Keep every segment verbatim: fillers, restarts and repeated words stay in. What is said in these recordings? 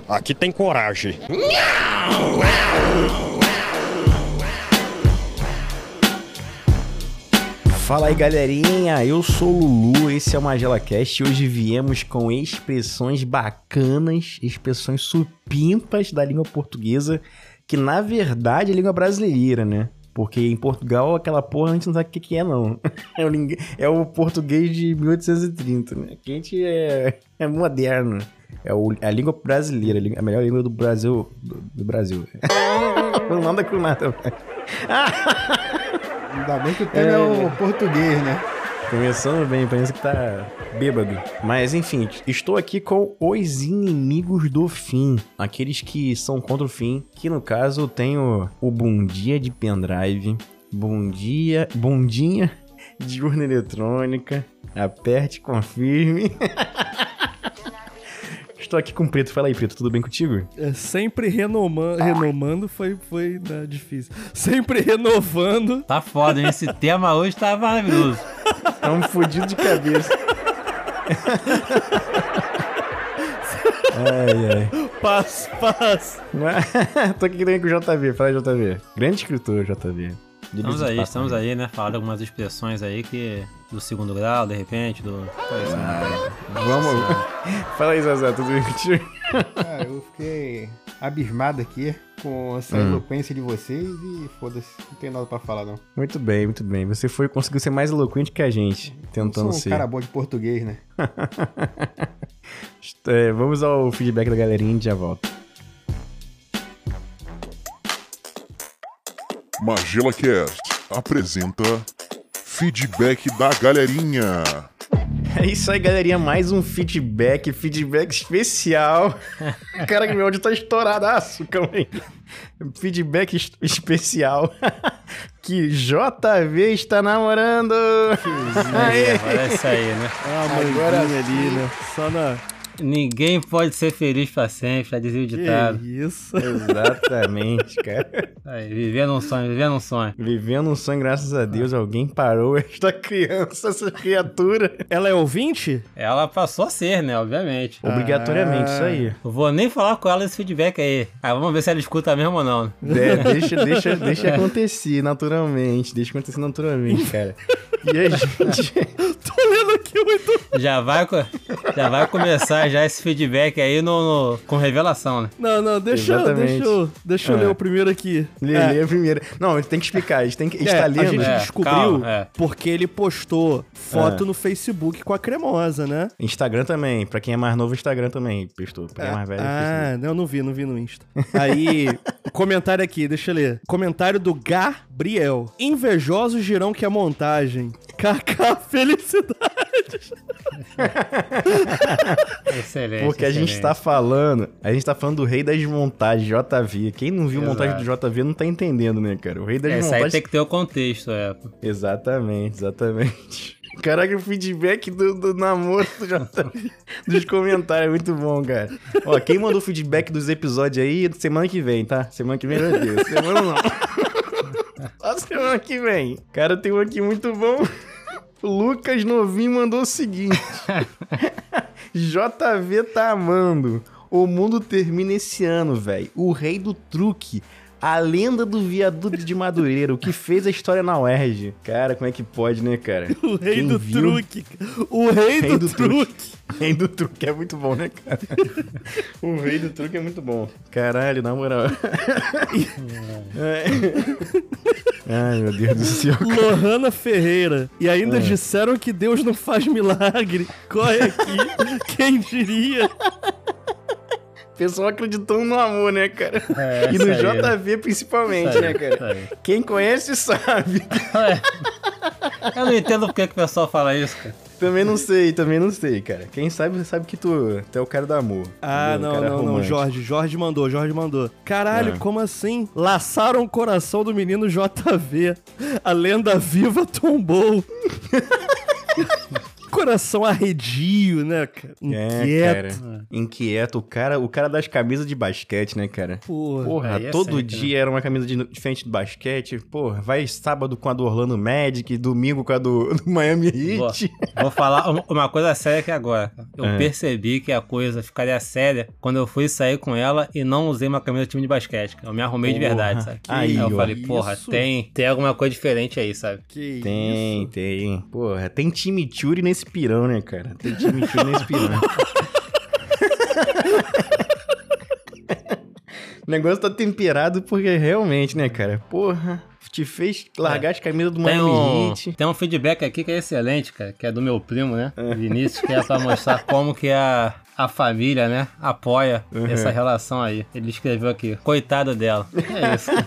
aqui tem coragem. Fala aí, galerinha, eu sou o Lulu, esse é o MagelaCast e hoje viemos com expressões bacanas, expressões supimpas da língua portuguesa, que na verdade é língua brasileira, né? Porque em Portugal aquela porra a gente não sabe o que, que é, não. É o, ling... é o português de mil oitocentos e trinta, né? Aqui a gente é, é moderno. É o... a língua brasileira, a melhor língua do Brasil. Do, do Brasil. Não nada com nada. Ainda bem que o tema é, é o português, né? Começando bem, parece que tá bêbado. Mas enfim, estou aqui com os inimigos do fim. Aqueles que são contra o fim. Que no caso eu tenho o Bom Dia de Pendrive. Bom Dia... Bondinha de urna eletrônica. Aperte, confirme. Estou aqui com o Preto. Fala aí, Preto, tudo bem contigo? É, sempre renomando, renomando foi, foi né, difícil. Sempre renovando. Tá foda, hein? Esse tema hoje tá maravilhoso. É um fudido de cabeça. Ai, ai. Passo, passo. Tô aqui também com o J V. Fala aí, J V. Grande escritor, J V. Estamos aí, estamos aí, né? Falando algumas expressões aí que... Do segundo grau, de repente, do... Ah, vamos... Fala aí, Zazá, tudo bem contigo? Ah, eu fiquei abismado aqui com essa hum. eloquência de vocês e foda-se, não tem nada pra falar, não. Muito bem, muito bem. Você foi, conseguiu ser mais eloquente que a gente, tentando ser. Eu sou um ser. cara bom de português, né? é, vamos ao feedback da galerinha e a gente já volta. MagelaCast apresenta feedback da galerinha. É isso aí, galerinha, mais um feedback, feedback especial. Cara, meu áudio tá estouradaço, calma aí. Feedback es- especial que J V está namorando. Aê. Agora é isso aí, né? Ah, agora ali, né? Só na... Ninguém pode ser feliz pra sempre, já dizia o ditado. Que isso. Exatamente, cara. Aí, vivendo um sonho, vivendo um sonho. Vivendo um sonho, graças a Deus, alguém parou esta criança, essa criatura. Ela é ouvinte? Ela passou a ser, né? Obviamente. Obrigatoriamente, ah. Isso aí. Não vou nem falar com ela desse feedback aí. Ah, vamos ver se ela escuta mesmo ou não. É, deixa, deixa, deixa acontecer naturalmente. Deixa acontecer naturalmente, cara. E a gente... Tô lendo aqui muito... Já vai, já vai começar já esse feedback aí no, no, com revelação, né? Não, não, deixa, deixa eu, deixa eu é. ler o primeiro aqui. Lê, é. lê o primeiro. Não, a gente tem que explicar, a gente tem que... A gente, é, tá lendo. A gente é, descobriu calma, é. porque ele postou foto é. no Facebook com a cremosa, né? Instagram também, pra quem é mais novo, Instagram também postou. Pra quem é mais velho, Ah, Facebook. não, não vi, não vi no Insta. Aí, comentário aqui, deixa eu ler. Comentário do Gabriel. Invejosos dirão que é montagem. Kaká, felicidade. Excelente. Porque excelente. a gente tá falando, a gente tá falando do rei das montagens, J V. Quem não viu Exato. montagem do J V não tá entendendo, né, cara? O rei das é, montagens... Isso aí tem que ter o contexto, é. Exatamente, exatamente. Caraca, o feedback do, do namoro do J V, dos comentários é muito bom, cara. Ó, quem mandou feedback dos episódios aí, semana que vem, tá? Semana que vem vai ter, semana não. Só semana que vem. Cara, tem um aqui muito bom. O Lucas Novinho mandou o seguinte. J V tá amando. O mundo termina esse ano, velho. O rei do truque. A lenda do viaduto de Madureira, o que fez a história na U E R J. Cara, como é que pode, né, cara? O rei Quem do viu? truque. O rei, rei do, do truque. truque. Rei do truque é muito bom, né, cara? O rei do truque é muito bom. Caralho, na moral. É. Ai, meu Deus do céu. Cara. Lohana Ferreira. E ainda é. disseram que Deus não faz milagre. Corre aqui. Quem diria? O pessoal acreditando no amor, né, cara? É, e no aí, J V principalmente, né, cara? Quem conhece sabe. É. Eu não entendo por que, que o pessoal fala isso, cara. Também não sei, também não sei, cara. Quem sabe, sabe que tu, tu é o cara do amor. Ah, não, não, não, Jorge. Jorge mandou, Jorge mandou. Caralho, ah. como assim? Laçaram o coração do menino J V. A lenda viva tombou. coração arredio, né, cara? Inquieto. É, cara. Inquieto. O cara, o cara das camisas de basquete, né, cara? Porra. Porra, aí é todo sempre, dia era uma camisa de- diferente do basquete. Porra, vai sábado com a do Orlando Magic, domingo com a do, do Miami Vou, Heat. vou falar uma- uma coisa séria aqui agora. Eu É. percebi que a coisa ficaria séria quando eu fui sair com ela e não usei uma camisa de time de basquete. Eu me arrumei de Porra. verdade, sabe? Aí, Aí eu ó. falei, porra, Isso. tem, tem alguma coisa diferente aí, sabe? Que Tem, isso? tem. Porra, tem time Churi nesse pirão, né, cara? Tem time Churi nesse pirão. O negócio tá temperado porque realmente, né, cara? Porra, te fez largar as camisas do Tem Miami um, Heat. tem um feedback aqui que é excelente, cara, que é do meu primo, né? Vinícius, que é pra mostrar como que a, a família, né, apoia Uhum. essa relação aí. Ele escreveu aqui, coitada dela. É isso.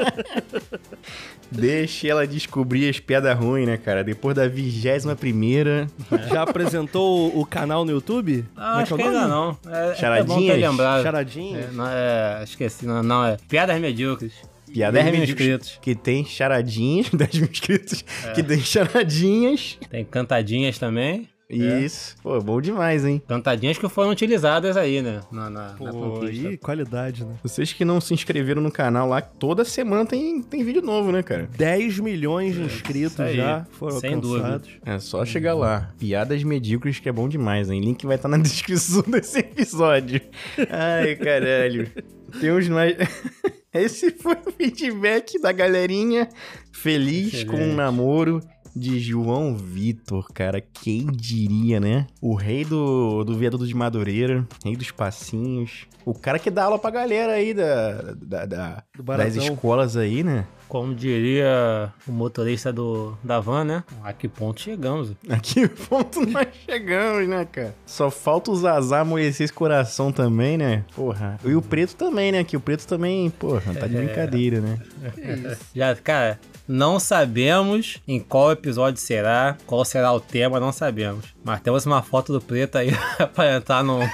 Deixa ela descobrir as piadas ruins, né, cara? Depois da vigésima primeira. Já apresentou o- o canal no YouTube? Ah, acho que ainda não. É, é bom ter Charadinhas? lembrado. Charadinhas? É, não é, esqueci, não, não, é Piadas Medíocres. Piadas dez mil medíocres. inscritos. Que tem charadinhas, dez mil inscritos. É. Que tem charadinhas. Tem cantadinhas também. Isso. Pô, bom demais, hein? Cantadinhas que foram utilizadas aí, né? Na, na, na Pô, conquista. aí, qualidade, né? Vocês que não se inscreveram no canal lá, toda semana tem, tem vídeo novo, né, cara? dez milhões de inscritos isso aí. já foram Sem alcançados. É só chegar lá. Piadas medíocres que é bom demais, hein? Link vai estar na descrição desse episódio. Ai, caralho. Tem uns mais... Esse foi o feedback da galerinha feliz Excelente. com um namoro de João Vitor, cara. Quem diria, né? O rei do, do viaduto de Madureira, rei dos passinhos. O cara que dá aula pra galera aí da, da, da- Do das Baratão. escolas aí, né? Como diria o motorista do, da van, né? A que ponto chegamos? Aqui ponto nós chegamos, né, cara? Só falta o Zazá amolecer esse coração também, né? Porra. E o Preto também, né? Que o Preto também, porra, tá de brincadeira, né? Já, cara, não sabemos em qual episódio será, qual será o tema, não sabemos. Mas temos uma foto do Preto aí pra entrar no...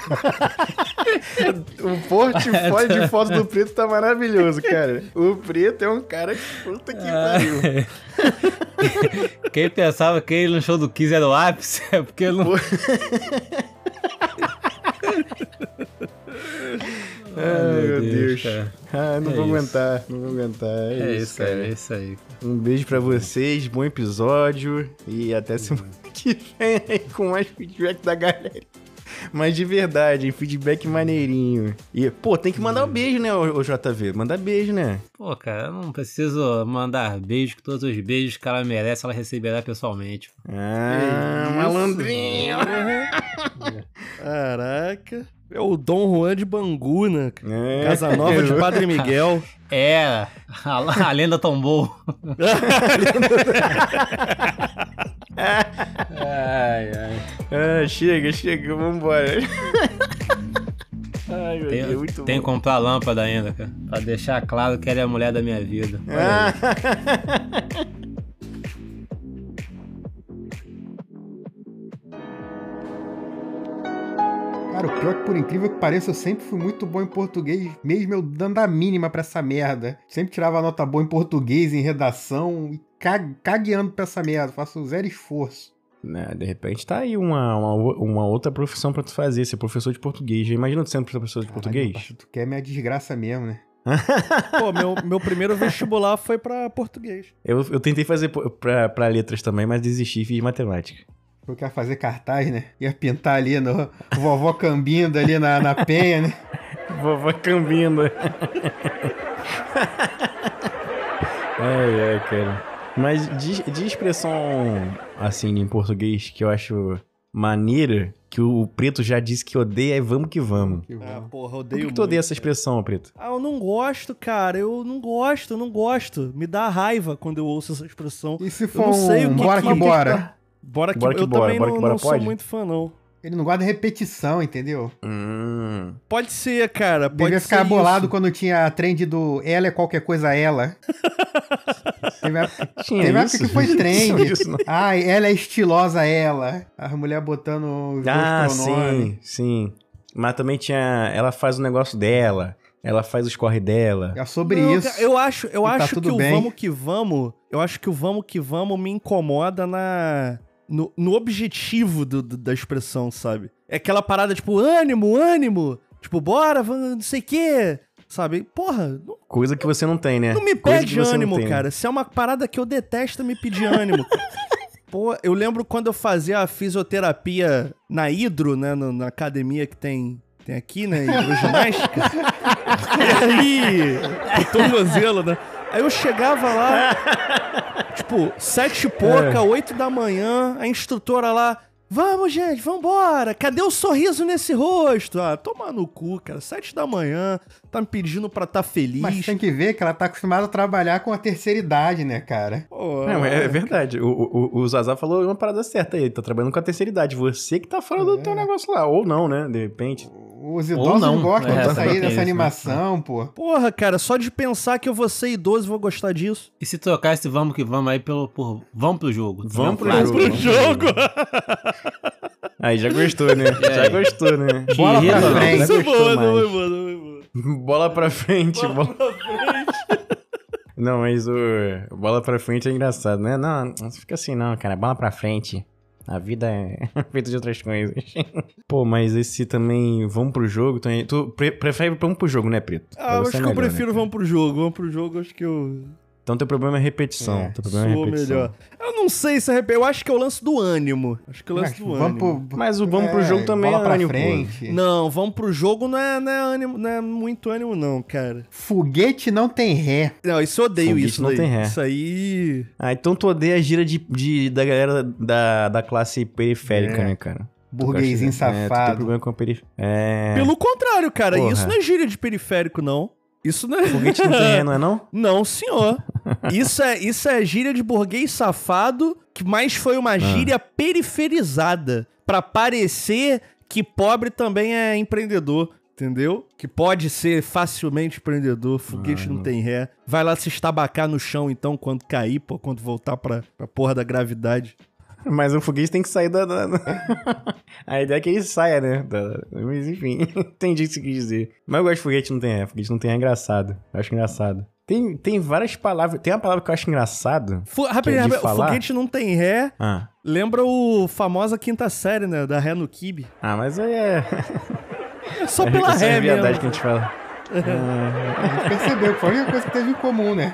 O portfólio de foto do Preto tá maravilhoso, cara. O Preto é um cara que puta que pariu. Quem pensava que ele no show do Kiss era o ápice, é porque ele não... Ai, meu Deus. cara. Ah, não É vou isso. aguentar, não vou aguentar. É, É isso, isso, cara, cara. é isso aí. Um beijo pra vocês, bom episódio e até semana que vem aí com mais feedback da galera. Mas de verdade, hein? Feedback maneirinho. E, pô, tem que mandar um beijo, né, ô, ô J V? Mandar beijo, né? Pô, cara, eu não preciso mandar beijo, que todos os beijos que ela merece, ela receberá pessoalmente. Ah, isso, malandrinho. Caraca. É o Dom Juan de Bangu, né? É. Casa Nova de Padre Miguel. É, a, a lenda tombou. ai, ai. Ah, chega, chega, vambora. Ai, meu Tem, Deus, muito tem que bom. comprar lâmpada ainda, cara. Pra deixar claro que ela é a mulher da minha vida. Olha Ah. aí. Cara, o pior é que, por incrível que pareça, eu sempre fui muito bom em português, mesmo eu dando a mínima pra essa merda. Sempre tirava nota boa em português, em redação, e ca- cagueando pra essa merda. Faço zero esforço. Né, de repente tá aí uma, uma, uma outra profissão pra tu fazer, ser professor de português. Já imagina tu sendo professor de português? Caralho, tu quer minha desgraça mesmo, né? Pô, meu, meu primeiro vestibular foi pra português. Eu, eu tentei fazer po- pra, pra letras também, mas desisti e fiz matemática. Eu quero fazer cartaz, né? Ia pintar ali no vovó Cambindo ali na, na penha, né? Vovó Cambindo. Ai, ai, cara. Mas de, de expressão, assim, em português, que eu acho maneira, que o Preto já disse que odeia, é vamos que vamos. Que Ah, bom. porra, Por odeio que, que tu odeia muito, essa cara. expressão, Preto? Ah, eu não gosto, cara. Eu não gosto, eu não gosto. Me dá raiva quando eu ouço essa expressão. E se Eu for não sei o um que bora que- que que bora? Bora que, Bora que eu bora, também bora não, que bora, não sou pode? muito fã, não. Ele não gosta de repetição, entendeu? Hum. Pode ser, cara. Pode Devia ser ficar bolado isso. quando tinha a trend do ela é qualquer coisa ela. Teve uma, Tinha teve uma isso? época que foi trend. Isso não. Ai, ela é estilosa ela. A mulher botando os Ah, dois pronomes. sim, sim. Mas também tinha... Ela faz o negócio dela, ela faz os corre dela. É sobre Não, isso. cara, eu acho, eu E tá acho tudo que o bem. vamos que vamos, eu acho que o vamos que vamos me incomoda na no, no objetivo do, do- da expressão, sabe? É aquela parada, tipo, ânimo, ânimo. Tipo, bora, vamos, não sei o quê. Sabe? Porra, não, Coisa que você não tem, né? não me Coisa pede que você não ânimo, tem, né? cara. Se é uma parada que eu detesto, me pedir ânimo. Pô, eu lembro quando eu fazia a fisioterapia na Hidro, né? no- Na academia que tem, tem aqui, né? Hidroginástica. E aí, o tornozelo, né? Aí eu chegava lá, tipo, sete e pouca, oito da manhã, a instrutora lá, vamos, gente, vambora, cadê o sorriso nesse rosto? Ah, toma no cu, cara, sete da manhã, tá me pedindo pra tá feliz. Mas tem que ver que ela tá acostumada a trabalhar com a terceira idade, né, cara? Pô, Não, é verdade. O, o, o Zazá falou uma parada certa aí. Ele tá trabalhando com a terceira idade. Você que tá fora do teu negócio lá. Ou não, né? De repente. Os idosos não, gostam é, de sair também dessa isso, né? animação, pô. Porra, cara, só de pensar que eu vou ser idoso e vou gostar disso. E se trocar esse vamos que vamos aí pelo, por... Vamos pro jogo. Vamos pro Claro. jogo. jogo! Aí já gostou, né? Já aí? gostou, né? Bola pra Não, frente. Já Isso é gostou boa, não mais. é boa, não é boa. Bola pra frente. Bola... Não, mas o bola pra frente é engraçado, né? Não, não fica assim não, cara. Bola pra frente. A vida é feita de outras coisas. Pô, mas esse também... Vamos pro jogo também. Tu pre prefere vamos pro jogo, né, Preto? Ah, Pra eu você acho é que eu melhor, prefiro né? vamos pro jogo. Vamos pro jogo, acho que eu Então teu problema é repetição. É, teu problema é sou repetição. melhor. Eu não sei se é repetição. Eu acho que é o lance do ânimo. Acho que é o lance Mas do vamos ânimo. pro, Mas o vamos pro é, jogo também bola é pra ânimo, pô. frente. Não, vamos pro jogo não é, não é ânimo, não é muito ânimo não, cara. Foguete não tem ré. Não, isso eu odeio Foguete isso não daí. tem ré. Isso aí... Ah, então tu odeia a gira de, de- da galera da, da classe periférica, É. né, cara? Burguesinho Tu gosta de- É, tu tem safado. problema com a periferia. É... Pelo contrário, cara, Porra. isso não é gíria de periférico, não. Isso não é... Foguete não tem ré, não é não? Não, senhor. Isso é, isso é gíria de burguês safado, que mais foi Ah. uma gíria periferizada, pra parecer que pobre também é empreendedor, entendeu? Que pode ser facilmente empreendedor, foguete Ah, não tem ré. Vai lá se estabacar no chão, então, quando cair, pô, quando voltar pra, pra porra da gravidade. Mas o foguete tem que sair da... da- da- a ideia é que ele saia, né? Da- Mas enfim, entendi o que você quis dizer. Mas eu gosto de foguete não tem ré. Foguete não tem ré é engraçado. Eu acho engraçado. Tem, tem várias palavras... Tem uma palavra que eu acho engraçado. Fo Que é rapidinho, de rapidinho, o falar? foguete não tem ré. Ah, Lembra o famosa quinta série, né? Da ré no kibe. ah mas aí é... É só é pela ré viadagem mesmo. que a gente fala. A gente percebeu que foi a única coisa que teve em comum, né?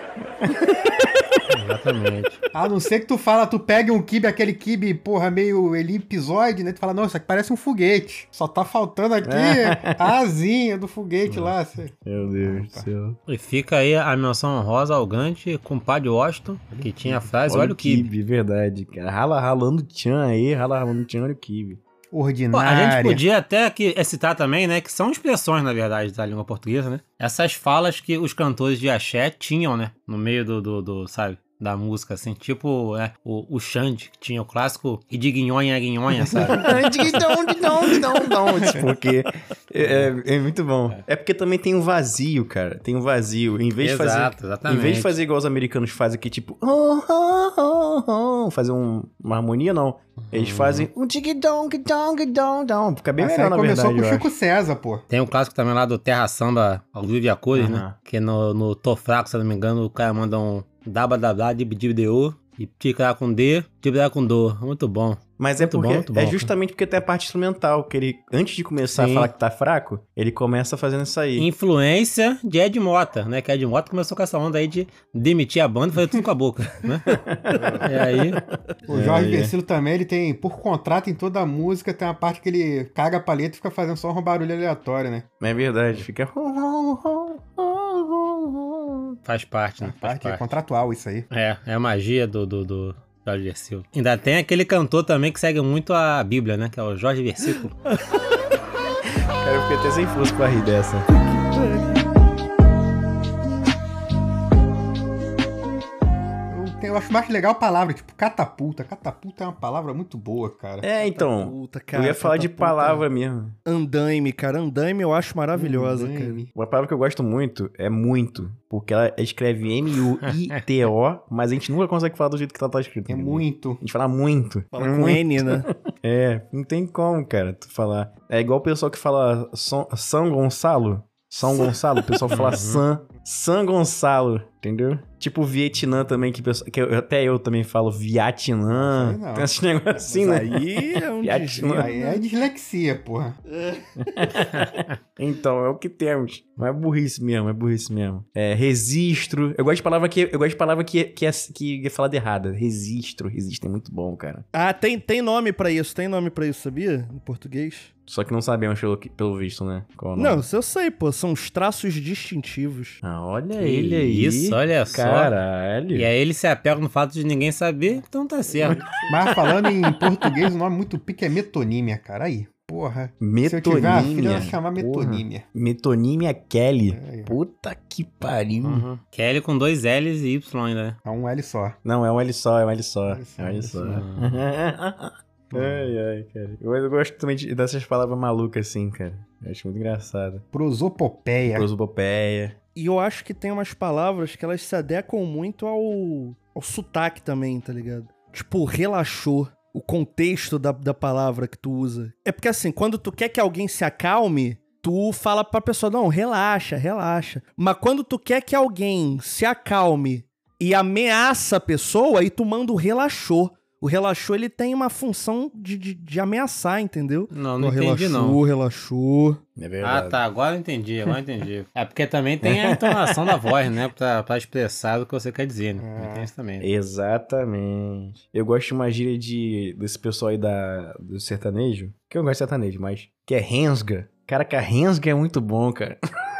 Exatamente. A não ser que tu fala, tu pega um kibe, aquele kibe, porra, meio elipsoide, né? Tu fala, não, isso aqui parece um foguete. Só tá faltando aqui a asinha do foguete lá. Cê... Meu Deus do céu. E fica aí a menção honrosa ao Gante com o Padre Washington, que tinha a frase, olha o kibe. Verdade, cara. Rala ralando tchan aí, rala ralando tchan, olha o kibe. Pô, a Ordinária. gente podia até aqui citar também, né, que são expressões, na verdade, da língua portuguesa, né? Essas falas que os cantores de axé tinham, né? No meio do, do, do, sabe, da música, assim. Tipo, é, o, o Xande, que tinha o clássico e de guinhonha a guinhonha, sabe? Porque é, é muito bom. É porque também tem um vazio, cara. Tem um vazio. Em vez de fazer. Exato, exatamente. Em vez de fazer igual os americanos fazem aqui, tipo. Oh, oh, oh, oh, fazer um- uma harmonia, não. Eles fazem um tig-dong, dong, dong, dong. Fica bem Essa melhor, aí na começou verdade. com o eu Chico acho. César, pô. Tem um clássico também lá do Terra Samba ao vivo e a cores, né? Aham. Que no, no Tô Fraco, se eu não me engano, o cara manda um dabadabá, dibdibdeu e ticar com D, ticar com dor. Muito bom. Mas é Muito porque bom, muito bom, é cara. justamente porque tem a parte instrumental, que ele, antes de começar Sim. a falar que tá fraco, ele começa fazendo isso aí. Influência de Ed Mota, né? Que Ed Mota começou com essa onda aí de demitir a banda e fazer tudo com a boca, né? E aí, O Jorge É, é. Versilo também, ele tem, por contrato em toda a música, tem uma parte que ele caga a palheta e fica fazendo só um barulho aleatório, né? É verdade, fica. faz parte, né? A Faz parte é parte. contratual isso aí. É, é a magia do, do, do Jorge Versilo. Ainda tem aquele cantor também que segue muito a Bíblia, né? Que é o Jorge Versículo. Cara, eu fiquei até sem força pra rir dessa. Eu, tenho- eu acho mais legal a palavra, tipo, catapulta. Catapulta é uma palavra muito boa, cara. É, então. Puta, eu ia falar de catapulta. palavra mesmo. Andaime, cara. Andaime eu acho maravilhosa, cara. Andaime. Uma palavra que eu gosto muito é muito. Porque ela escreve M U I T O, mas a gente nunca consegue falar do jeito que ela tá escrita. É entendeu? muito. A gente fala muito. Fala com Muito. N, né? É, não tem como, cara, tu falar. É igual o pessoal que fala São, São Gonçalo. São Gonçalo, o pessoal fala San. San Gonçalo, entendeu? Tipo Vietnã também, que, pessoa, que eu, até eu também falo Vietnã. Não, não. Tem esses negócios assim, né? Aí é um Vietnã. desvio. Aí é dislexia, porra. Então, é o que temos. Mas é burrice mesmo, é burrice mesmo. É, registro. Eu gosto de palavra que, eu gosto de palavra que, que, é, que é falada errada. Registro. Registro é muito bom, cara. Ah, tem, tem nome pra isso, tem nome pra isso, sabia? Em português. Só que não sabemos pelo, pelo visto, né? Qual o nome. Não, isso eu sei, pô. São os traços distintivos. Ah, olha Que ele aí. isso, olha só. Caralho. E aí ele se apega no fato de ninguém saber, então tá certo. Mas falando em português, o nome muito pique é metonímia, cara. Aí, porra. Se eu tiver uma filha, Metonímia. eu vou chamar metonímia. Metonímia Kelly. É, é. Puta que pariu. Uhum. Kelly com dois L's e Y ainda, né? É um L só. Não, é um L só, é um L só. L só, É um L L só. só. Ai, ai, cara. Eu, eu gosto também de- dessas palavras malucas assim, cara. Eu acho muito engraçado. Prosopopeia. Prosopopeia. E eu acho que tem umas palavras que elas se adequam muito ao, ao sotaque também, tá ligado? Tipo, relaxou. O contexto da, da palavra que tu usa. É porque assim, quando tu quer que alguém se acalme, tu fala pra pessoa, não, relaxa, relaxa. Mas quando tu quer que alguém se acalme e ameaça a pessoa, aí tu manda o relaxou. O relaxou, ele tem uma função de, de, de ameaçar, entendeu? Não, não Ó, entendi relaxou, não. relaxou. É Ah, verdade. tá, agora eu entendi, agora eu entendi. É porque também tem a entonação da voz, né? Pra, pra expressar o que você quer dizer, né? Tem isso também. né? Exatamente. Eu gosto de uma gíria de, desse pessoal aí da, do sertanejo. Que eu não gosto de sertanejo, mas... Que é rensga. Cara, que a rensga é muito bom, cara.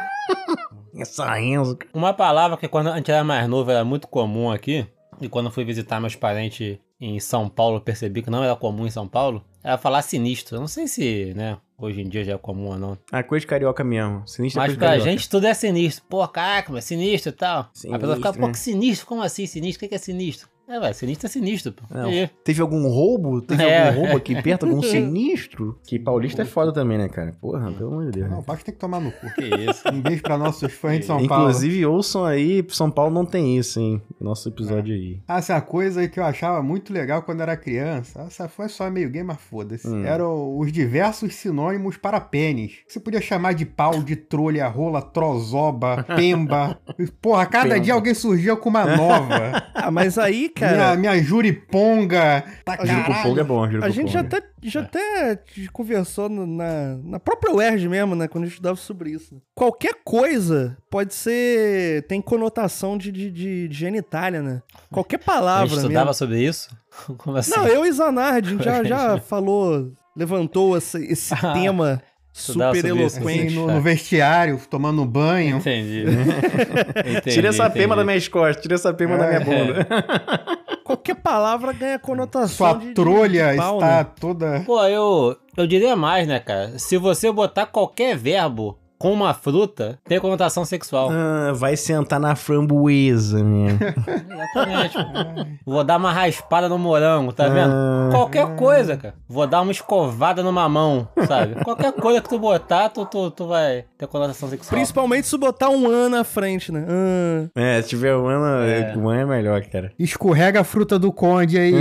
Essa rensga. Uma palavra que quando a gente era mais novo era muito comum aqui, e quando eu fui visitar meus parentes em São Paulo, eu percebi que não era comum em São Paulo, era falar sinistro. Eu não sei se, né, hoje em dia já é comum ou não. Ah, coisa de carioca mesmo. Sinistro é Mas coisa de pra carioca. gente tudo é sinistro. Pô, caraca, mas sinistro e tal. a Sinistro, pessoa fica, pô, né? que sinistro? Como assim sinistro? O que que é sinistro? É, velho, sinistro é sinistro, pô. Não. E aí? Teve algum roubo? Teve É. algum roubo aqui perto? Algum sinistro? Que paulista é foda também, né, cara? Porra, pelo amor de Deus. Não, Né? o Baixo tem que tomar no cu. Que isso? Um beijo pra nossos fãs de São Paulo. Inclusive, ouçam aí, São Paulo não tem isso, hein? Nosso episódio aí. Ah, essa coisa aí que eu achava muito legal quando era criança, essa foi só meio gay, mas foda-se. Hum. Eram os diversos sinônimos para pênis. Você podia chamar de pau, de trolha, rola, trozoba, pemba. Porra, cada Pemba. dia alguém surgia com uma nova. Ah, mas aí, cara... minha, minha juriponga. Tá Juro pro fogo é caralho. bom, juro A pro gente fogo. já até, já até conversou no- na, na própria U E R J mesmo, né? Quando a gente estudava sobre isso. Qualquer coisa pode ser... Tem conotação de, de, de genitália, né? Qualquer A palavra gente estudava mesmo. sobre isso? Como assim? Não, eu e Zanardi, a gente já, já falou... Levantou esse, esse Ah, tema estudava super sobre isso. eloquente. Assim, no, no vestiário, tomando banho. Entendi. Entendi, Tira essa entendi. pema da minha costas, tira essa pema da minha É. bunda. Qualquer palavra ganha conotação Sua de, de- trolha de pau, está né? toda... Pô, eu, eu diria mais, né, cara? Se você botar qualquer verbo com uma fruta, tem conotação sexual. Ah, vai sentar na framboesa, né? Exatamente. Vou dar uma raspada no morango, tá vendo? Ah. Qualquer coisa, cara. Vou dar uma escovada no mamão, sabe? Qualquer coisa que tu botar, tu, tu, tu vai ter conotação sexual. Principalmente se botar um an na frente, né? Ah. É, se tiver o ano, É. o ano é melhor, cara. Escorrega a fruta do conde aí.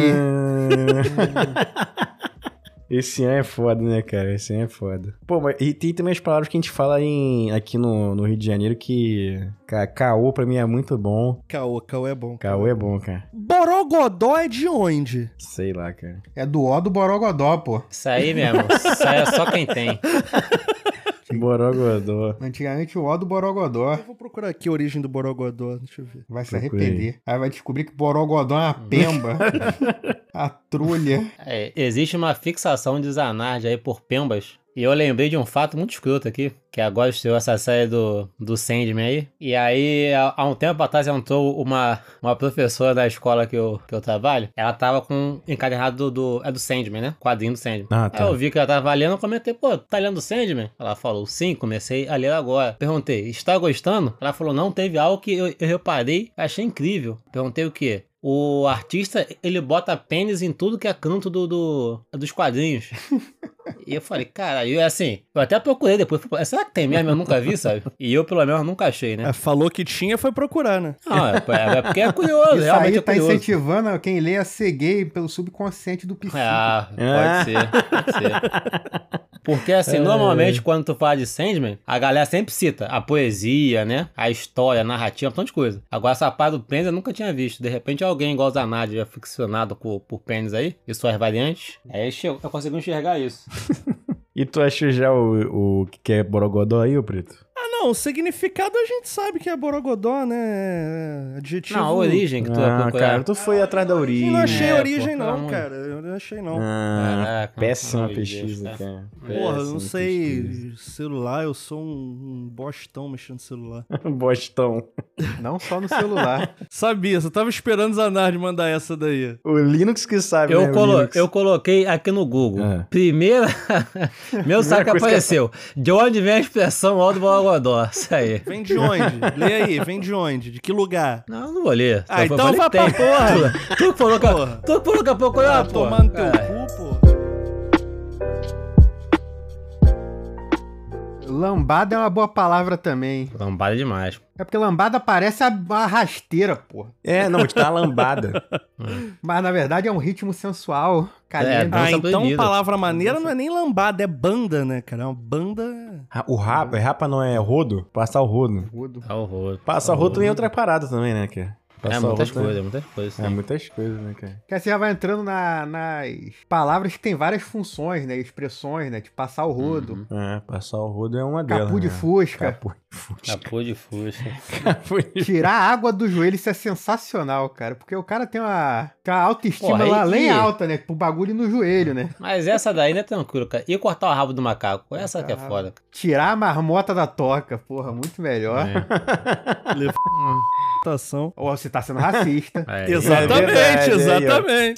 Ah. Esse ano é foda, né, cara? Esse ano é foda. Pô, mas e tem também as palavras que a gente fala em, aqui no, no Rio de Janeiro que... Ca, caô pra mim é muito bom. Caô, caô é bom. Caô é bom, cara. Borogodó é de onde? Sei lá, cara. É do ó do Borogodó, pô. Isso aí mesmo. Isso aí é só quem tem. Borogodó. Antigamente o ó do Borogodó. Eu vou procurar aqui a origem do Borogodó, deixa eu ver. Vai se Procura arrepender. Aí vai descobrir que Borogodó é uma pemba. A trulha. É, existe uma fixação de Zanardi aí por pembas. E eu lembrei de um fato muito escroto aqui, que agora estreou essa série do, do Sandman aí. E aí, há, há um tempo atrás, entrou uma, uma professora da escola que eu, que eu trabalho. Ela tava com o encadernado do, do... É do Sandman, né? Quadrinho do Sandman. Ah, tá. Aí eu vi que ela tava lendo, eu comentei, pô, tá lendo Sandman? Ela falou, sim, comecei a ler agora. Perguntei, está gostando? Ela falou, não, teve algo que eu, eu reparei, achei incrível. Perguntei o quê? o artista, ele bota pênis em tudo que é canto do, do, dos quadrinhos. E eu falei, cara, eu assim, eu até procurei depois, falei, será que tem mesmo? Eu nunca vi, sabe? E eu, pelo menos, nunca achei, né? É, falou que tinha, foi procurar, né? Não, é, é porque é curioso, Isso realmente aí é tá curioso. incentivando quem lê a ser gay pelo subconsciente do psico. Ah, pode Ah. ser, pode ser. Porque assim, normalmente quando tu fala de Sandman, a galera sempre cita a poesia, né? A história, a narrativa, um monte de coisa. Agora essa parte do pênis eu nunca tinha visto. De repente alguém igual o Zanardi, é ficcionado por, por pênis aí, e suas variantes, aí eu, eu consegui enxergar isso. E tu achou já o, o que é Borogodó aí, ô Preto? Ah, não, o significado a gente sabe que é Borogodó, né? É adjetivo... Não, a origem que tu vai Ah, procurar. cara, tu foi atrás da origem. Eu não achei É, origem, pô, não, pelo amor. cara. Eu não achei, não. Ah, Caraca, péssima pelo amor de pesquisa, Deus, cara. Porra, eu não Péssima sei. pesquisa. Celular, eu sou um, um bostão mexendo no celular. Bostão. Não só no celular. Sabia, só tava esperando o Zanardi mandar essa daí. O Linux que sabe, Eu, né? o colo Linux. eu coloquei aqui no Google. Ah. Primeira. Meu saco coisa que apareceu. De onde vem a expressão Aldo Borogodó? Isso aí. Vem de onde? Lê aí, vem de onde? De que lugar? Não, não vou ler. Ah, Só então falei vai que pra tem. porra. Tu, tu que falou que, Porra. tu que falou que a pouco eu Ah, ia, pô. tomar no teu Cara, cu, pô. Lambada é uma boa palavra também. Lambada demais. É porque lambada parece a, a rasteira, porra. É, não, te dá uma lambada. Mas na verdade é um ritmo sensual, caliente. dança Ah, então proibida. palavra maneira não é nem lambada, é banda, né, cara? É uma banda... Ra- O rapa, rapa não é rodo? Passar o rodo. Rudo. Tá horror. Passar o rodo também é outra parada também, né, cara? É Passar o muitas rodo coisas, muitas coisas. É sim. muitas coisas, né, cara? Que aí você já vai entrando na- nas palavras que tem várias funções, né? Expressões, né? Tipo passar o rodo, É, passar o rodo é uma delas. capu de né? fusca. Capu de fusca. Capô de fuxa. Capu de Tirar a água do joelho, isso é sensacional, cara. Porque o cara tem uma, tem uma autoestima Porra, lá, e- além e- alta, né? Pro bagulho no joelho, né? Mas essa daí não é tranquilo, cara. E cortar o rabo do macaco? Essa que é Cortar o foda. Tirar a marmota da toca, porra, muito melhor. É. Votação. Ou você tá sendo racista. É. Exatamente, verdade, aí, ó. exatamente.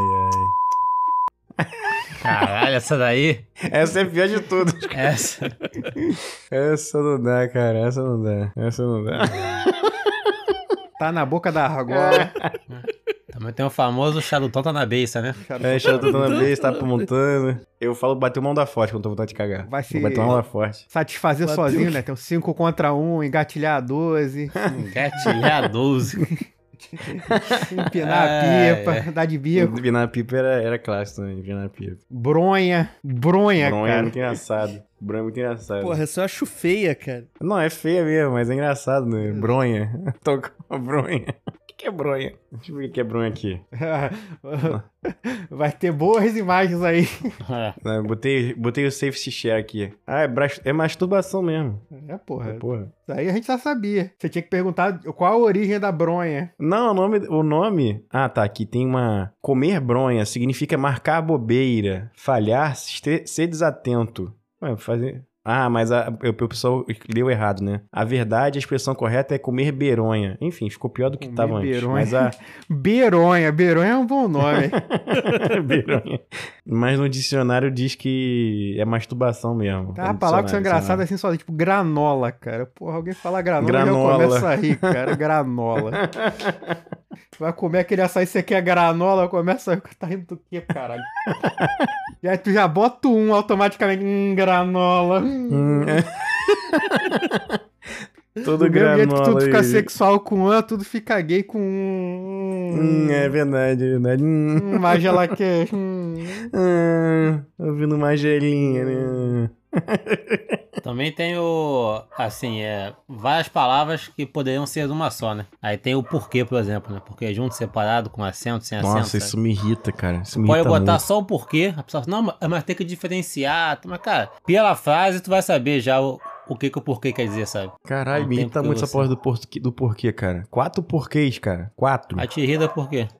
Caralho, essa daí. Essa é a pior de todas. Essa. Essa não dá, cara. Essa não dá. Essa não dá. Tá na boca da argola. Também tem o famoso charuton tá na beiça, né? É, deixa eu na vez, tá montando. Eu falo bater mão da forte quando tô com vontade de cagar. Vai se- Vou bater mão da forte. Satisfazer Bateu. sozinho, né? Tem um cinco contra um, engatilhar doze, Gatilhar doze. empinar Ai, a pipa, ai. dar de bico. Empinar a pipa era, era clássico também, empinar a pipa. Bronha. Bronha, Bronha é cara. muito engraçado. Bronha é muito engraçado. Porra, essa eu acho feia, cara. Não, é feia mesmo, mas é engraçado, né? Bronha. Tô com uma bronha. O que é bronha? Deixa eu ver o que é bronha aqui. Vai ter boas imagens aí. É. Não, botei, botei o safety share aqui. Ah, é, bras- é masturbação mesmo. É, porra. Porra. Isso aí a gente já sabia. Você tinha que perguntar qual a origem da bronha. Não, o nome, o nome... Ah, tá. Aqui tem uma... Comer bronha significa marcar bobeira, falhar, ser, ser desatento. Ué, fazer... Ah, mas a, o pessoal leu errado, né? A verdade, a expressão correta é comer beronha. Enfim, ficou pior do que Comer estava antes. beronha. Mas a... Beronha. Beronha é um bom nome. beronha. Mas no dicionário diz que é masturbação mesmo. Tem No uma palavra que são dicionário, engraçadas assim, só tipo granola, cara. Porra, alguém fala granola, Granola. eu já começo a rir, cara. Granola. Vai comer aquele açaí, você quer granola, começa a rir. Tá rindo do quê, caralho? E aí tu já bota um automaticamente, hum, granola. Hum, é. Todo Do mesmo jeito que tudo granola fica aí. sexual com um, tudo fica gay com um. Hum, é verdade, é verdade. Hum, Hum, mas ela quer. Hum. hum, ouvindo uma gelinha, né? Também tem o. Assim, é. Várias palavras que poderiam ser de uma só, né? Aí tem o porquê, por exemplo, né? Porque junto, separado, com acento, sem acento. Nossa, sabe? isso me irrita, cara. Isso me Pode irrita botar muito. só o porquê. A pessoa fala, não, mas- mas tem que diferenciar. Mas, cara, pela frase tu vai saber já o, o que, que o porquê quer dizer, sabe? Caralho, Não me tem irrita porque muito essa você- porra do porquê, do porquê, cara. Quatro porquês, cara. Quatro. Aí te irrita por quê?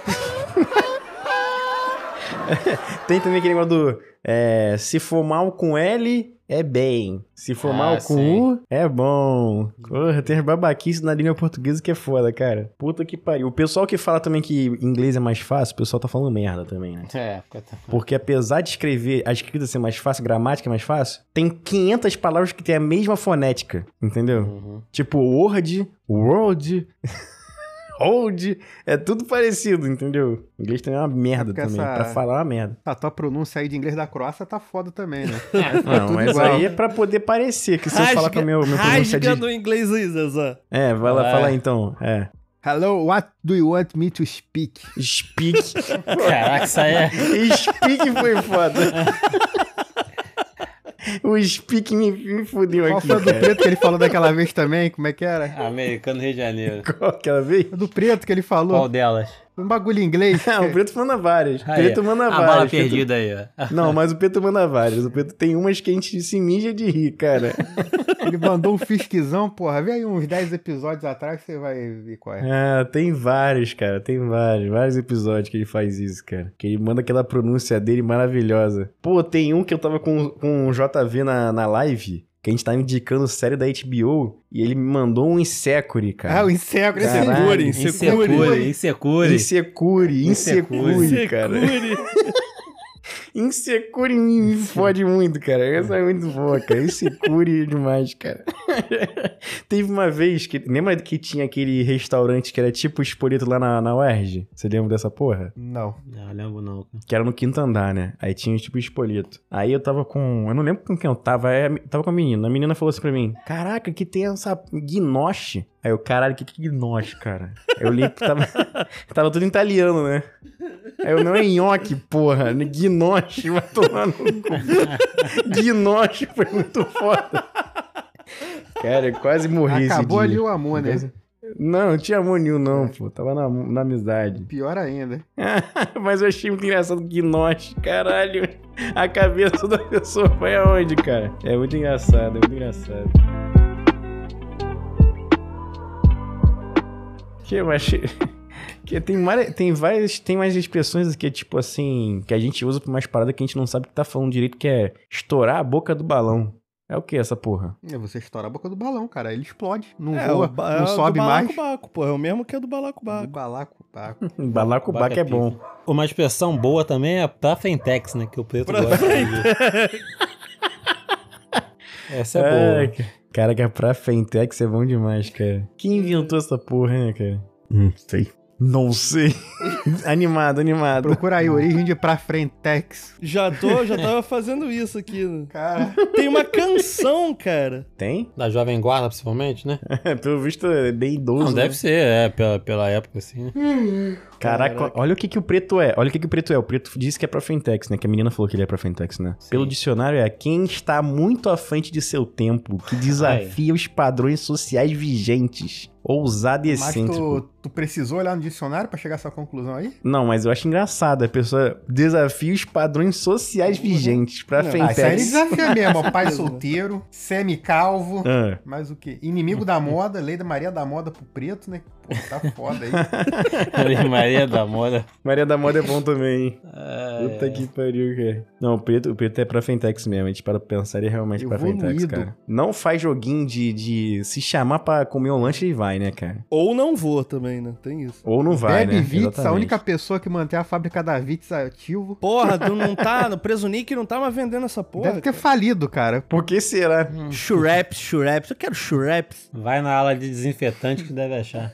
Tem também aquele negócio do... É, se for mal com L, é bem. Se for Ah, mal com sim. U, é bom. Porra, tem as babaquices na língua portuguesa que é foda, cara. Puta que pariu. O pessoal que fala também que inglês é mais fácil, o pessoal tá falando merda também, né? É, porque- Porque apesar de escrever, a escrita ser mais fácil, a gramática é mais fácil, tem quinhentas palavras que tem a mesma fonética, entendeu? Uhum. Tipo, word, world, hold, é tudo parecido, entendeu? O inglês também é uma merda Porque também, essa- pra falar é uma merda. A tua pronúncia aí de inglês da Croácia tá foda também, né? Não, tudo mas igual. aí é pra poder parecer, que se eu falar com o meu, meu pronúncia rasga de... no inglês aí, Zezé. É, vai lá É. falar então, é. Hello, what do you want me to speak? Speak. Caraca, isso aí é... Speak foi foda. O Speak me, me fudeu Qual aqui, foi a do cara. preto que ele falou daquela vez também? Como é que era? Americano Rio de Janeiro. Qual aquela vez? A do preto que ele falou. Qual delas? Um bagulho em inglês. Ah, o Preto manda várias. O Aí, Preto manda a várias. bala Preto- perdida aí, ó. Não, mas o Preto manda várias. O Preto tem umas que a gente se mija de rir, cara. Ele mandou um fisquizão, porra. Vê aí uns dez episódios atrás que você vai ver qual é. Ah, tem vários, cara. Tem vários. Vários episódios que ele faz isso, cara. Que ele manda aquela pronúncia dele maravilhosa. Pô, tem um que eu tava com, com o J V na, na live, que a gente tava indicando série da H B O, e ele me mandou um Insecure, cara. Ah, o Insecure. esse Caralho. segure. Insecure, insecure. Insecure, Insecure, cara. Insecure me, me fode muito, cara. Essa é muito boa, cara. Insecure demais, cara. Teve uma vez que... Lembra que tinha aquele restaurante que era tipo o Espolito lá na, na U E R J? Você lembra dessa porra? Não. Não, lembro não. Que era no quinto andar, né? Aí tinha tipo Espolito. Aí eu tava com... Eu não lembro com quem eu tava. Aí eu tava com a menina. A menina falou assim pra mim: caraca, que tem essa gnoche. Aí eu, caralho, que que é gnoche, cara? Aí eu li que tava... tava tudo em italiano, né? Aí eu, não é nhoque, porra. Gnoche, vai tomar no cu. Gnoche foi muito foda. Cara, eu quase morri Acabou esse ali dia. o amor, né? Não, não tinha amor nenhum, não, pô. Tava na, na amizade. Pior ainda. Mas eu achei muito engraçado Gnoche, caralho. A cabeça da pessoa foi aonde, cara? É muito engraçado, é muito engraçado. Que eu achei... Que tem, mais, tem várias, tem mais expressões que é tipo assim, que a gente usa pra umas paradas que a gente não sabe o que tá falando direito, que é estourar a boca do balão. É o que essa porra? É, você estoura a boca do balão, cara. Ele explode. Não É, voa, o ba- é não o do sobe mais. balacobaco, pô. É o mesmo que é do balacobaco. Balacobaco. Balacobaco é bom. Uma expressão boa também é pra Frentex, né? Que o preto Pra gosta de... Essa é Ai, boa. ca- Cara, que é pra Fentex é bom demais, cara. Quem inventou essa porra, né, cara? Não sei. Não sei. Animado, animado. Procura aí, origem de pra Frentex. Já tô, já tava fazendo isso aqui. Né? Cara, Tem uma canção, cara. Tem? Da Jovem Guarda, principalmente, né? Pelo visto é bem idoso. Não, deve né? ser, é, pela, pela época, assim, né? Caraca, olha o que que o preto é. Olha o que que o preto é. O preto disse que é pra Fentex, né? Que a menina falou que ele é pra Fentex, né? Sim. Pelo dicionário é quem está muito à frente de seu tempo, que desafia os padrões sociais vigentes. Ousado e mas excêntrico. tu, tu precisou olhar no dicionário pra chegar a essa conclusão aí? Não, mas eu acho engraçado. A pessoa desafia os padrões sociais vigentes pra Não, Ah, isso aí ele Fentex. desafia mesmo. ó. Pai solteiro, semicalvo. Ah. Mais o quê? Inimigo da moda, lei da Maria da moda pro preto, né? Pô, tá foda aí. Maria, Maria da Moda. Maria da Moda é bom também, hein? É, Puta que pariu, cara. Não, o preto, o preto é pra Fentex mesmo. A gente para pensar, ele é realmente pra Evoluído. Fentex, cara. Não faz joguinho de, de se chamar pra comer um lanche e vai, né, cara? Ou não vou também, né? Tem isso. Ou não vai, Bebe né? Vitz, a Exatamente. única pessoa que mantém a fábrica da Vitz ativo. Porra, tu não tá. No Presunic não tá mais vendendo essa porra. Deve ter falido, cara. Por que será? Churaps, churaps. Eu quero churaps. Vai na ala de desinfetante que deve achar.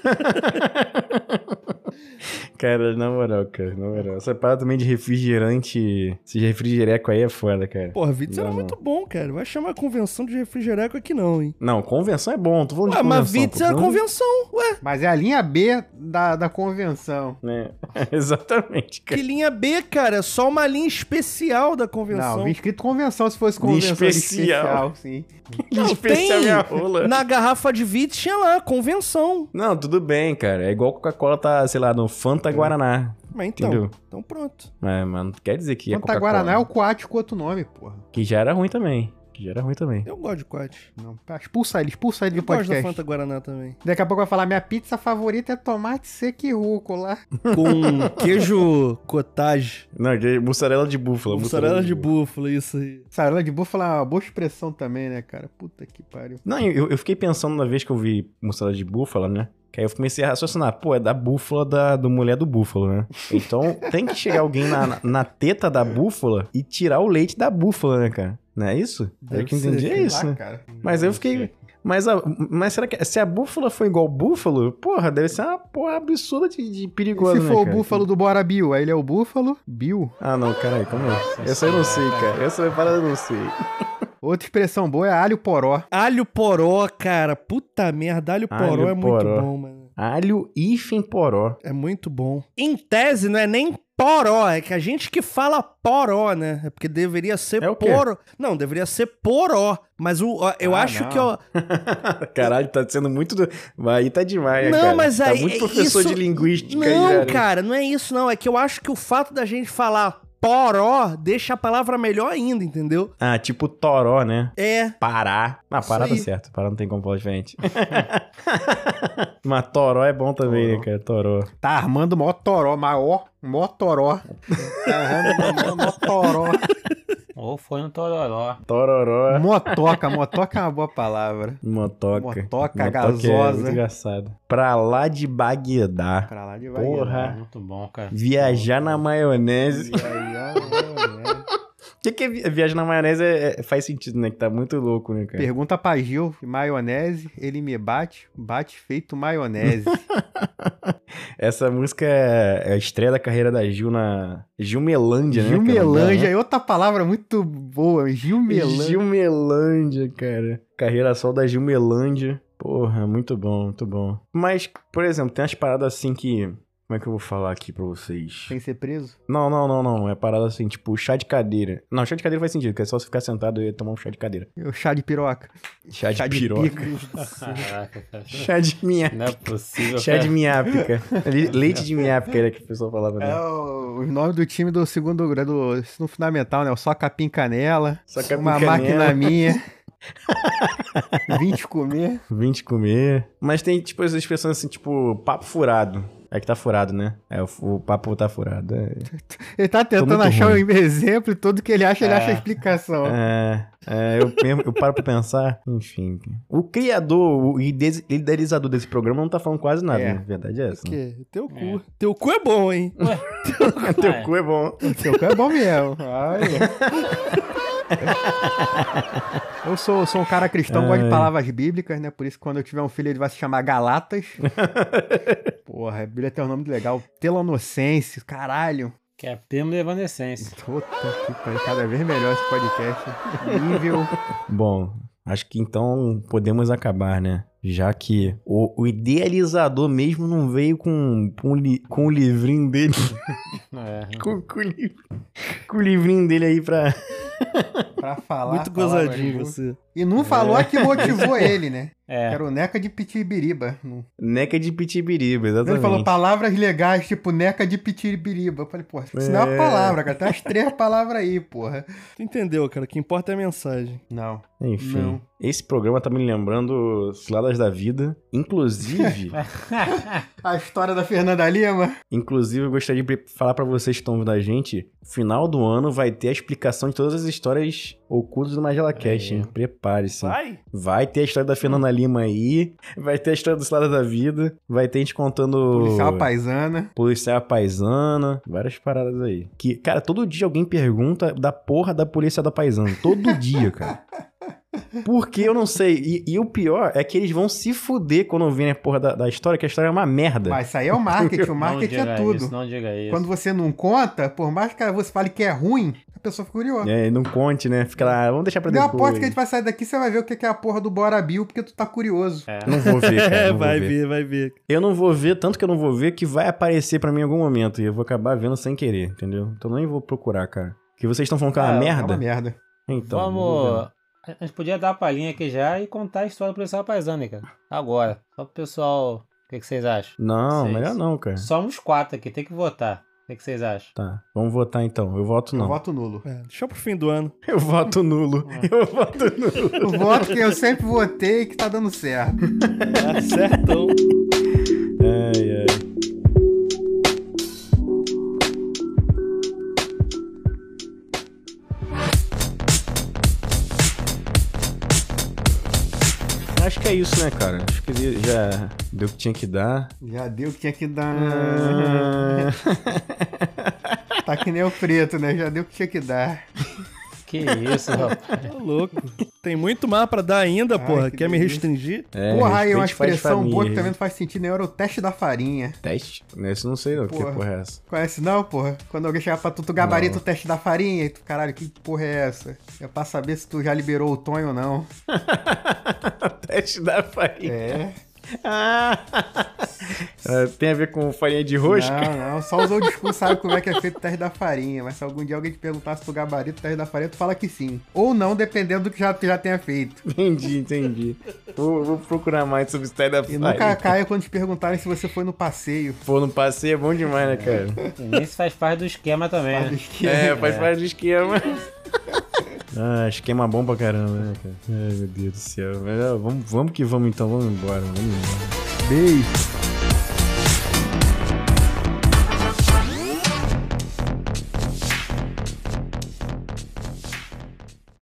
Cara, na moral, cara, na moral. Essa parada também de refrigerante, esse refrigereco aí é foda, cara. Porra, Vitz era Não, muito bom, cara. Vai chamar convenção de refrigereco aqui não, hein? Não, convenção é bom, tô falando Ué, de mas convenção. Vitz tô era falando- convenção, ué. Mas é a linha B da, da convenção. É, exatamente, cara. Que linha B, cara? É só uma linha especial da convenção. Não, vinha escrito convenção se fosse Linha convenção linha especial. especial, sim. Não, Especial tem. minha rola. Na garrafa de Vitz tinha lá, convenção. Não, tudo bem, cara. É igual Coca-Cola tá, sei lá, no Fanta Guaraná. Mas então, Entendeu? então pronto. É, mano, quer dizer que é Fanta Coca-Cola. Guaraná é o Coate com outro nome, porra. Que já era ruim também. Que já era ruim também. Eu gosto de quat. Não, tá, expulsa ele, expulsa ele Eu do gosto da podcast. Fanta Guaraná também. Daqui a pouco vai falar, minha pizza favorita é tomate seco e rúcula. Com queijo cottage. Não, que é mussarela de búfala. Mussarela de búfala, isso aí. Sarela de búfala é uma boa expressão também, né, cara? Puta que pariu. Não, eu, eu fiquei pensando na vez que eu vi mussarela de búfala, né? Que aí eu comecei a raciocinar, pô, é da búfala da, do mulher do búfalo, né? Então tem que chegar alguém na, na, na teta da búfala e tirar o leite da búfala, né, cara? Não é isso? É Deve que eu entendi, ser, é Sei isso, lá, né? cara. Mas eu fiquei... Mas, a, mas será que se a búfala for igual búfalo, porra, deve ser uma porra absurda de, de perigosa, Se né, for o cara? búfalo do Bora Bill, aí ele é o búfalo, Bill. Ah, não, caralho, como é? Essa eu não sei, cara. Essa é parada eu não sei. Outra expressão boa é alho poró. Alho poró, cara. Puta merda, alho, Alho poró é poró. muito bom, mano. Alho hífen poró. É muito bom. Em tese, não é nem poró, é que a gente que fala poró, né? É porque deveria ser É o quê? poró. Não, deveria ser poró. Mas o, ó, eu Ah, acho não. que... Ó, Caralho, tá sendo muito... do- Aí tá demais, Não, cara. mas Tá aí- muito professor isso- de linguística aí, não, já, né? cara, não é isso não. É que eu acho que o fato da gente falar poró deixa a palavra melhor ainda, entendeu? Ah, tipo toró, né? É. Pará. Ah, Pará tá aí. certo. Pará não tem como falar diferente. Mas toró é bom também, Toró. né, cara? Toró. Tá armando mó toró, maior, mó toró. Tá armando mó toró. Ou foi no Tororó. Tororó. Motoca, motoca é uma boa palavra. Motoca. Motoca É gasosa. muito engraçado. Pra lá de Bagdá. Pra lá de Porra. Muito bom, cara. Viajar na maionese. Viajar, O que, que é vi- viajar na maionese é- é- faz sentido, né? Que tá muito louco, né, cara? Pergunta pra Gil, maionese, ele me bate, bate feito maionese. Essa música é é a estreia da carreira da Gil na... Gilmelândia, né? cara? Gilmelândia é outra palavra muito boa, Gilmelândia. Gilmelândia, cara. Carreira solo da Gilmelândia. Porra, muito bom, muito bom. Mas, por exemplo, tem umas paradas assim que... Como é que eu vou falar aqui pra vocês? Sem ser preso? Não, não, não, não. É parada assim, tipo, chá de cadeira. Não, chá de cadeira faz sentido, que é só você ficar sentado e tomar um chá de cadeira. O chá de piroca. Chá de Chá de piroca. pica. Caraca, cara. Chá de minha... Não é possível, Chá cara. de minhápica. Le- Leite de minhápica era que o pessoal falava, né? É o, o nome do time do segundo grau, do ensino fundamental, né? O Só Capim Canela. Só Capim Uma Canela. máquina minha. vinte comer. vinte comer. Mas tem, tipo, essas expressões assim, tipo, papo furado. É que tá furado, né? É, o, o papo tá furado. É, Ele tá tentando muito achar ruim. um exemplo e tudo que ele acha, ele É. acha a explicação. é, é, eu, mesmo- eu paro pra pensar. Enfim. O criador, o ide- idealizador desse programa não tá falando quase nada, É. né? A verdade é essa. O Né? quê? Teu cu. É. Teu cu é bom, hein? Teu É. cu é bom. Seu cu é bom mesmo. Ai. Eu sou, sou um cara cristão, gosto de Ai. palavras bíblicas, né? Por isso que quando eu tiver um filho, ele vai se chamar Galatas. Porra, a Bíblia tem um nome legal. Telonocêncio, caralho. Que é primo de Evanescência. Puta que pariu, cada vez melhor esse podcast. Nível. Bom, acho que então podemos acabar, né? Já que o, o idealizador mesmo não veio com, com, o li- com o livrinho dele. É. com, com o li- com o livrinho dele aí pra... Pra falar. Muito palavras gozadinho boas. você. E não falou a que motivou ele, né? É. Era o Neca de Pitibiriba. Não- Neca de pitibiriba, Ele exatamente. falou palavras legais, tipo Neca de Pitibiriba. Eu falei, porra, isso não é uma É. palavra, cara. Tem umas três palavras aí, porra. Tu entendeu, cara? O que importa é a mensagem. Não. Enfim, Não. esse programa tá me lembrando Ciladas da Vida. Inclusive, A história da Fernanda Lima. inclusive eu gostaria de falar pra vocês que estão ouvindo a gente, final do ano vai ter a explicação de todas as histórias ocultas do Magela Cash, hein? Prepare-se. Vai! Vai ter a história da Fernanda Lima aí, vai ter a história do Ciladas da Vida, vai ter a gente contando... Policial paisana. Policial paisana, várias paradas aí. Que, cara, todo dia alguém pergunta da porra da polícia da paisana. Todo dia, cara. Porque eu não sei. E, e o pior é que eles vão se fuder quando virem a porra da, da história, que a história é uma merda. Mas isso aí é o marketing. O Não marketing diga é tudo. isso, não diga isso. Quando você não conta, por mais que você fale que é ruim, a pessoa fica curiosa. É, não conte, né? Fica lá, vamos deixar pra Deu depois. aposta que a gente vai sair daqui, você vai ver o que é a porra do Bora Bill, porque tu tá curioso. É. Não vou ver, cara. É, não vou vai ver. ver, vai ver. Eu não vou ver, tanto que eu não vou ver, que vai aparecer pra mim em algum momento. E eu vou acabar vendo sem querer, entendeu? Então nem vou procurar, cara. Que vocês estão falando que é uma Ah, é merda? É uma merda. Então. não vou ver. Vamos. A gente podia dar a palhinha aqui já e contar a história do policial paisano, cara. Agora. Só pro pessoal. O que, que vocês acham? Não, Vocês. melhor não, cara. Somos quatro aqui, tem que votar. O que, que vocês acham? Tá, vamos votar então. Eu voto Eu não. voto nulo. É, deixa pro fim do ano. Eu voto nulo. Eu voto nulo. O voto que eu sempre votei que tá dando certo. Tá certão. Ai, ai. Acho que é isso, né, cara? Acho que ele já deu o que tinha que dar. Já deu o que tinha que dar. Ah, Tá que nem o preto, né? Já deu o que tinha que dar. Que isso, rapaz. Tô louco. Tem muito mais pra dar ainda, Ai, porra. que Quer me delícia. restringir? É, Porra, aí uma respeite pais de expressão boa que família. também não faz sentido nenhum era o teste da farinha. Teste? Nesse não sei não, que Porra. porra é essa? Conhece não, porra? Quando alguém chega pra tu, tu gabarita Não. o teste da farinha e tu, caralho, que porra é essa? É pra saber se tu já liberou o Tonho ou não. Teste da farinha. É. Ah, tem a ver com farinha de rosca? Não, não. Só os old school sabem como é que é feito o teste da farinha. Mas se algum dia alguém te perguntar se tu gabarita o teste da farinha, tu fala que sim. Ou não, dependendo do que já, tu já tenha feito. Entendi, entendi. Vou, vou procurar mais sobre o teste da E farinha. nunca caia quando te perguntarem se você foi no passeio. Pô, no passeio é bom demais, né, cara? Isso faz parte do esquema também, Faz do né? esquema. É, faz parte do esquema. Ah, esquema bom pra caramba, né, cara? Ai, meu Deus do céu. Mas, ó, vamos, vamos que vamos então, vamos embora. Vamos embora. Beijo.